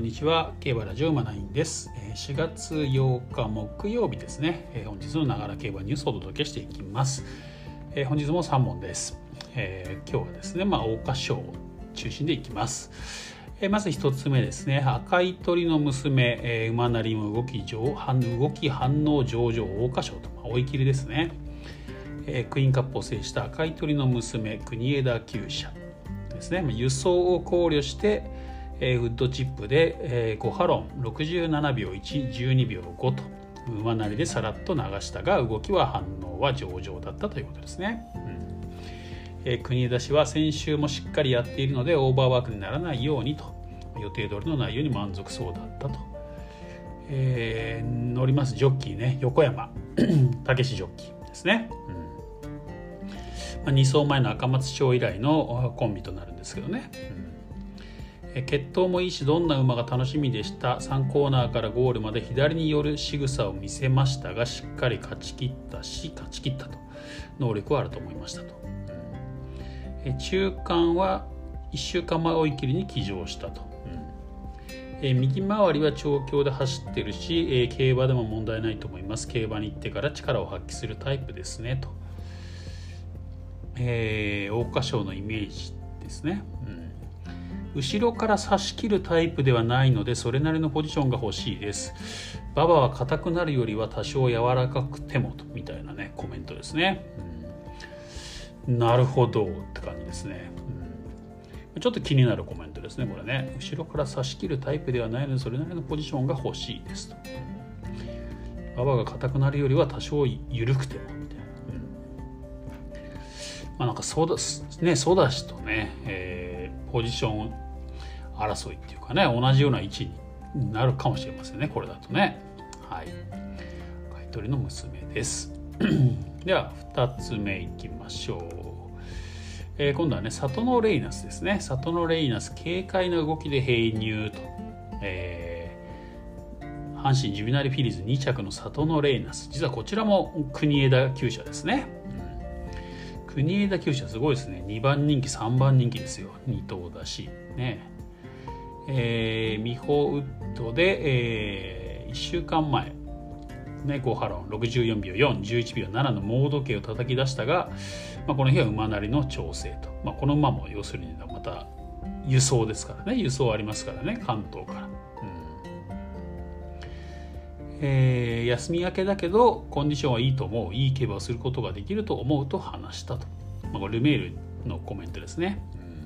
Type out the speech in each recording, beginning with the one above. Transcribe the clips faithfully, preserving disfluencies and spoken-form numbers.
にちは。競馬ラジオ馬ナインです。しがつようか木曜日ですね。本日のながら競馬ニュースをお届けしていきます。本日もさんぼんです。えー、今日はですね、まあ、桜花賞を中心でいきます。まず一つ目ですね。赤い鳥の娘、えー、馬なりも動き上動き反応上々桜花賞と、まあ、追い切りですね。えー、クイーンカップを制した赤い鳥の娘国枝厩舎ですね。輸送を考慮してえー、ウッドチップで、えー、ごハロンろくじゅうななびょういち、じゅうにびょうごと馬なりでさらっと流したが、動きは反応は上々だったということですね。うんえー、国枝氏は先週もしっかりやっているのでオーバーワークにならないようにと、予定通りの内容に満足そうだったと。えー、乗りますジョッキーね、横山武史ジョッキーですね。うんまあ、に走前の赤松賞以来のコンビとなるんですけどね。うん血統もいいし、どんな馬が楽しみでした。さんコーナーからゴールまで左に寄る仕草を見せましたが、しっかり勝ち切ったし勝ち切ったと、能力はあると思いましたと。うん、中間はいっしゅうかんまえ追い切りに騎乗したと。うん、右回りは調教で走ってるし、競馬でも問題ないと思います。競馬に行ってから力を発揮するタイプですねと。えー、桜花賞のイメージですね。うん後ろから差し切るタイプではないので、それなりのポジションが欲しいです。馬場は硬くなるよりは多少柔らかくてもとみたいなねコメントですね。うん、なるほどって感じですね。うん、ちょっと気になるコメントですねこれね。後ろから差し切るタイプではないので、それなりのポジションが欲しいですと。馬場が硬くなるよりは多少緩くてもみたいな。うん、まあなんかソダねソダシとね、えー、ポジション争いっていうかね、同じような位置になるかもしれませんねこれだとね。はい、赤い鳥の娘ですではふたつめいきましょう。えー、今度はね里のレイナスですね。里のレイナス軽快な動きで併入と、えー、阪神ジュビナリフィリーズにちゃくの里のレイナス、実はこちらも国枝厩舎ですね。うん、国枝厩舎すごいですね。にばんにんきさんばんにんきですよ。に頭だしね。えー、ミホウッドで、えー、いっしゅうかんまえ、ね、ごハロンろくじゅうよんびょうよん、じゅういちびょうななのモード計を叩き出したが、まあ、この日は馬なりの調整と、まあ、この馬も要するにまた輸送ですからね、輸送ありますからね、関東から、うんえー、休み明けだけどコンディションはいいと思う、いい競馬をすることができると思うと話したと、まあ、これルメールのコメントですね。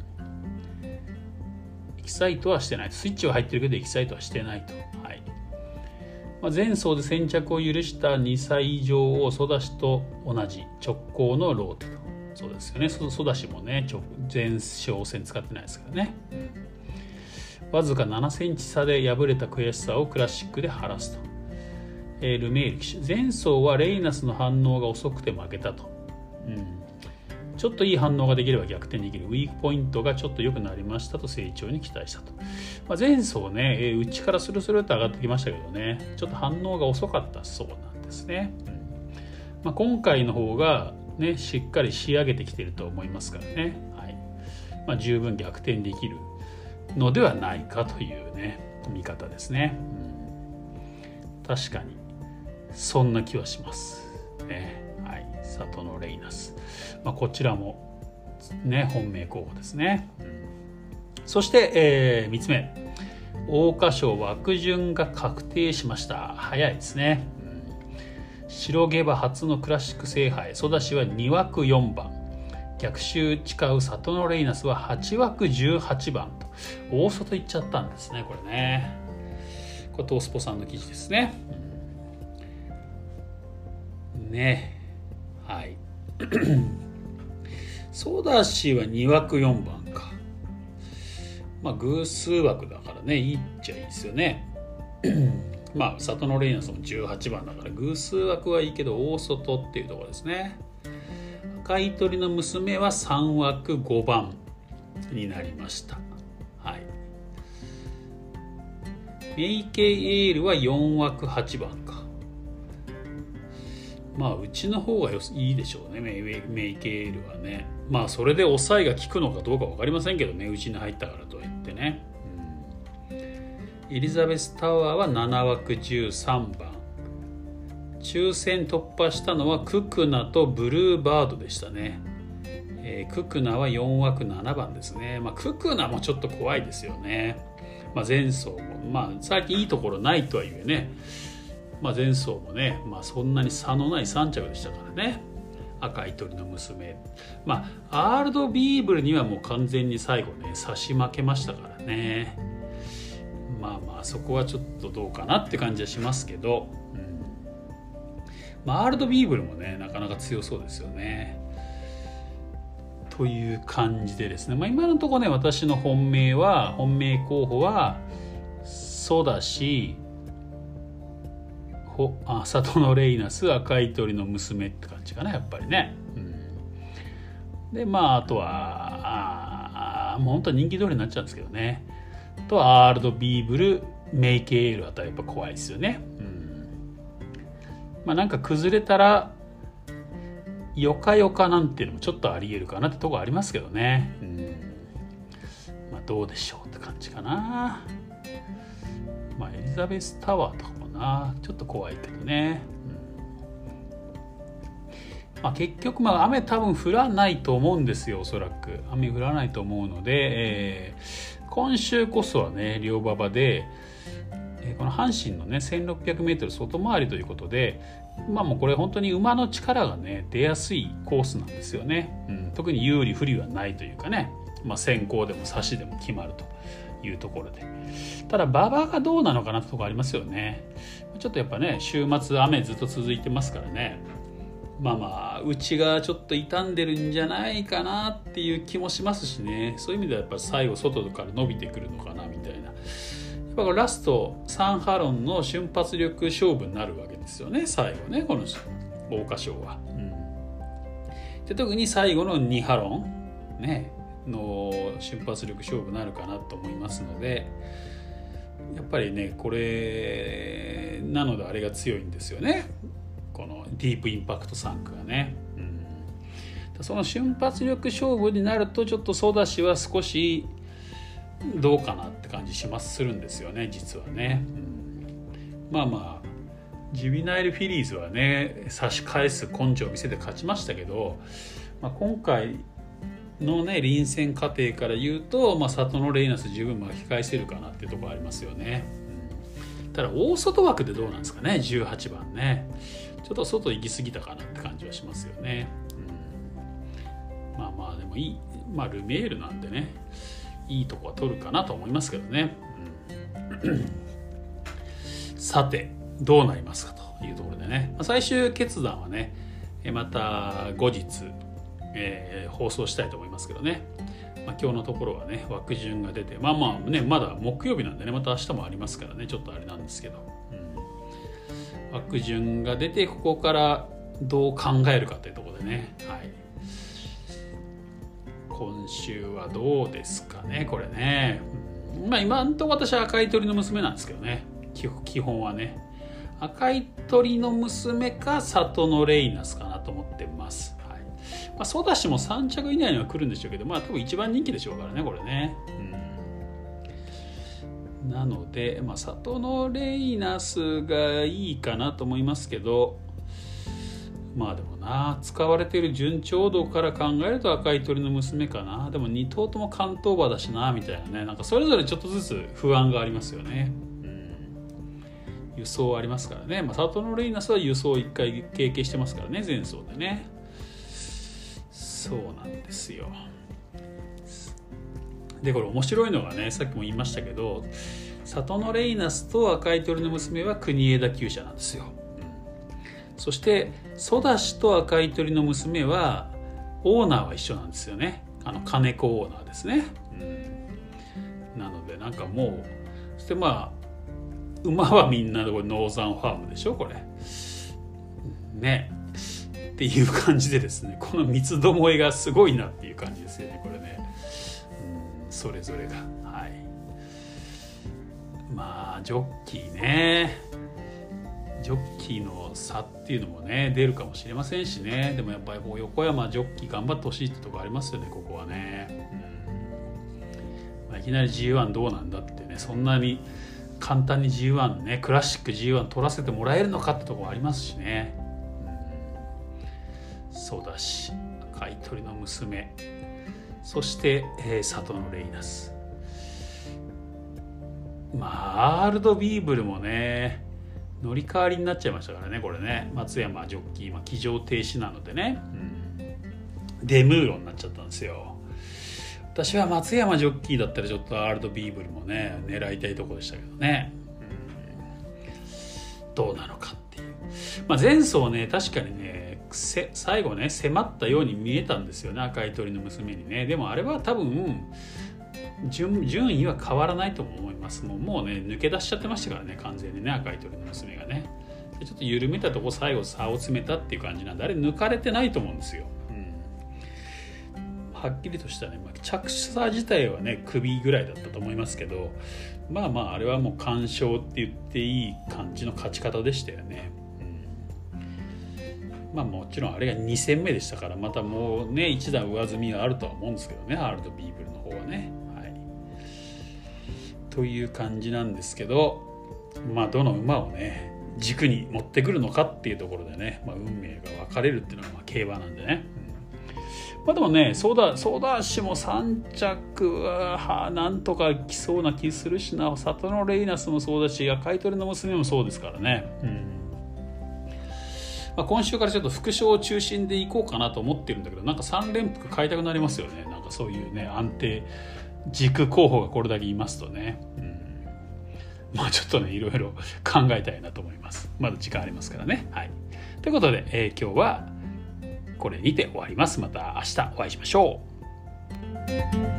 エキサイトはしてない、スイッチは入ってるけどエキサイトはしてないと。はいまあ、前走で先着を許したにさい以上をソダシと同じ直行のローテと。そうですよね、ソダシもね前哨戦使ってないですからね。わずかななセンチ差で敗れた悔しさをクラシックで晴らすと。えー、ルメール騎手、前走はレイナスの反応が遅くて負けたと。うんちょっといい反応ができれば逆転できる、ウィークポイントがちょっと良くなりましたと成長に期待したと。まあ、前走ね、えー、内からスルスルと上がってきましたけどね、ちょっと反応が遅かったそうなんですね。うんまあ、今回の方が、ね、しっかり仕上げてきていると思いますからね、はいまあ、十分逆転できるのではないかというね見方ですね。うん、確かにそんな気はしますね。はい、里のレイナス、まあ、こちらもね本命候補ですね。うん、そして、えー、みっつめ、桜花賞枠順が確定しました。早いですね。うん、白毛馬初のクラシック制覇へ、ソダシはにわくよんばん、逆襲誓う里のレイナスははちわくじゅうはちばんと大外いっちゃったんですねこれね。これトースポさんの記事ですね。うん、ねはいソダシはにわくよんばんか。まあ偶数枠だからね、いいっちゃいいですよね。まあ里のレイナスもじゅうはちばんだから偶数枠はいいけど大外っていうところですね。赤い鳥の娘はさんわくごばんになりました。はい。メイケイエールはよんわくはちばんか。まあうちの方がいいでしょうね、メイ、メイケールはね。まあそれで抑えが効くのかどうか分かりませんけどね、うちに入ったからといってね。 エリザベスタワーはななわくじゅうさんばん、抽選突破したのはククナとブルーバードでしたね。えー、ククナはよんわくななばんですね。まあ、ククナもちょっと怖いですよね。まあ、前走も、まあ、最近いいところないとはいえね、まあ、前走もね、まあ、そんなに差のないさんちゃくでしたからね。赤い鳥の娘、まあアールドビーブルにはもう完全に最後ね差し負けましたからね。まあまあそこはちょっとどうかなって感じはしますけど、うん、まあアールドビーブルもねなかなか強そうですよね。という感じでですね、まあ、今のところね私の本命は本命候補はソダシ、あ里のレイナス、赤い鳥の娘って感じかなやっぱりね、うん、でまああとはあもう本当に人気通りになっちゃうんですけどね、あとはアールドビーブル、メイケーエルあたりやっぱ怖いですよね、うん、まあなんか崩れたらよかよかなんていうのもちょっとありえるかなってとこありますけどね、うん、まあどうでしょうって感じかな。まあエリザベスタワーとかちょっと怖いけどね、うんまあ、結局まあ雨多分降らないと思うんですよ。おそらく雨降らないと思うので、えー、今週こそはね両馬場で、えー、この阪神のね せんろっぴゃくメートル 外回りということで、まあもうこれ本当に馬の力がね出やすいコースなんですよね、うん、特に有利不利はないというかね、まあ、先行でも差しでも決まるというところで、ただ馬場がどうなのかなってところありますよね。ちょっとやっぱね週末雨ずっと続いてますからね、まあまあ内がちょっと傷んでるんじゃないかなっていう気もしますしね、そういう意味ではやっぱ最後外から伸びてくるのかなみたいな、やっぱこれラストさんハロンの瞬発力勝負になるわけですよね最後ね、この桜花賞は、うん、で特に最後のにハロンねの瞬発力勝負になるかなと思いますので、やっぱりねこれなのであれが強いんですよね、このディープインパクトさん区がね、うん、その瞬発力勝負になるとちょっとソダシは少しどうかなって感じしますするんですよね実はね、うん、まあまあジュビナイルフィリーズはね差し返す根性を見せて勝ちましたけど、まあ、今回のね臨戦過程から言うと、まあ、里のレイナス十分巻き返せるかなっていうところありますよね、うん、ただ大外枠でどうなんですかねじゅうはちばんね、ちょっと外行き過ぎたかなって感じはしますよね、うん、まあまあでもいい、まあルメールなんでねいいとこは取るかなと思いますけどね、うん、さてどうなりますかというところでね、最終決断はねまた後日えー、放送したいと思いますけどね、まあ、今日のところはね枠順が出てまあまあねまだ木曜日なんでねまた明日もありますからねちょっとあれなんですけど、うん、枠順が出てここからどう考えるかというところでね、はい、今週はどうですかねこれね、うん、まあ今んとこ私は赤い鳥の娘なんですけどね、基本はね赤い鳥の娘か里のレイナスかなと思ってます。まあ、ソダシもさん着以内には来るんでしょうけど、まあ多分一番人気でしょうからねこれね、うん、なので、まあ、里のレイナスがいいかなと思いますけど、まあでもな使われている順調度から考えると赤い鳥の娘かな。でもに頭とも関東馬だしなみたいなね、なんかそれぞれちょっとずつ不安がありますよね、うん、輸送ありますからね、まあ、里のレイナスは輸送いっかい経験してますからね前走でね、そうなんですよ。でこれ面白いのがねさっきも言いましたけど里のレイナスと赤い鳥の娘は国枝厩舎なんですよ、うん、そしてソダシと赤い鳥の娘はオーナーは一緒なんですよね、あの金子オーナーですね、うん、なのでなんかもうそしてまあ馬はみんなノーザンファームでしょこれねっていう感じでですね、この三つどもえがすごいなっていう感じですよねこれね、うん、それぞれがはいまあジョッキーねジョッキーの差っていうのもね出るかもしれませんしね、でもやっぱり横山ジョッキー頑張ってほしいってとこありますよねここはね、うんまあ、いきなり ジーワン どうなんだってねそんなに簡単に ジーワン ねクラシック ジーワン 取らせてもらえるのかってところもありますしね、うん、そうだし赤い鳥の娘、そして、えー、里のレイナス、まあアールドビーブルもね乗り換わりになっちゃいましたからね、これね松山ジョッキー、まあ、騎乗停止なのでね、うん、デムーロになっちゃったんですよ。私は松山ジョッキーだったらちょっとアールドビーブルもね狙いたいところでしたけどね、うん、どうなのかっていう、まあ、前走ね確かにね最後ね迫ったように見えたんですよね、赤い鳥の娘にね。でもあれは多分 順, 順位は変わらないと思います。もうもうね抜け出しちゃってましたからね、完全にね赤い鳥の娘がね。でちょっと緩めたとこ最後差を詰めたっていう感じなんで、あれ抜かれてないと思うんですよ、うん、はっきりとしたね、まあ、着差自体はね首ぐらいだったと思いますけど、まあまああれはもう完勝って言っていい感じの勝ち方でしたよね、うん、まあもちろんあれがに戦目でしたから、またもうね一段上積みがあるとは思うんですけどね、アールドビーブルの方はね、はい、という感じなんですけど、まあどの馬をね軸に持ってくるのかっていうところでね、まあ、運命が分かれるっていうのがまあ競馬なんでね、うん、まあでもねソーダソーダ足もさん着はなんとか来そうな気するしな、里のレイナスもそうだし赤い鳥の娘もそうですからね、うん、まあ、今週からちょっと副賞中心でいこうかなと思ってるんだけど、なんかさん連複買いたくなりますよね。なんかそういうね安定軸候補がこれだけいますとね、うん、まあちょっとねいろいろ考えたいなと思います。まだ時間ありますからね。はい。ということで、えー、今日はこれにて終わります。また明日お会いしましょう。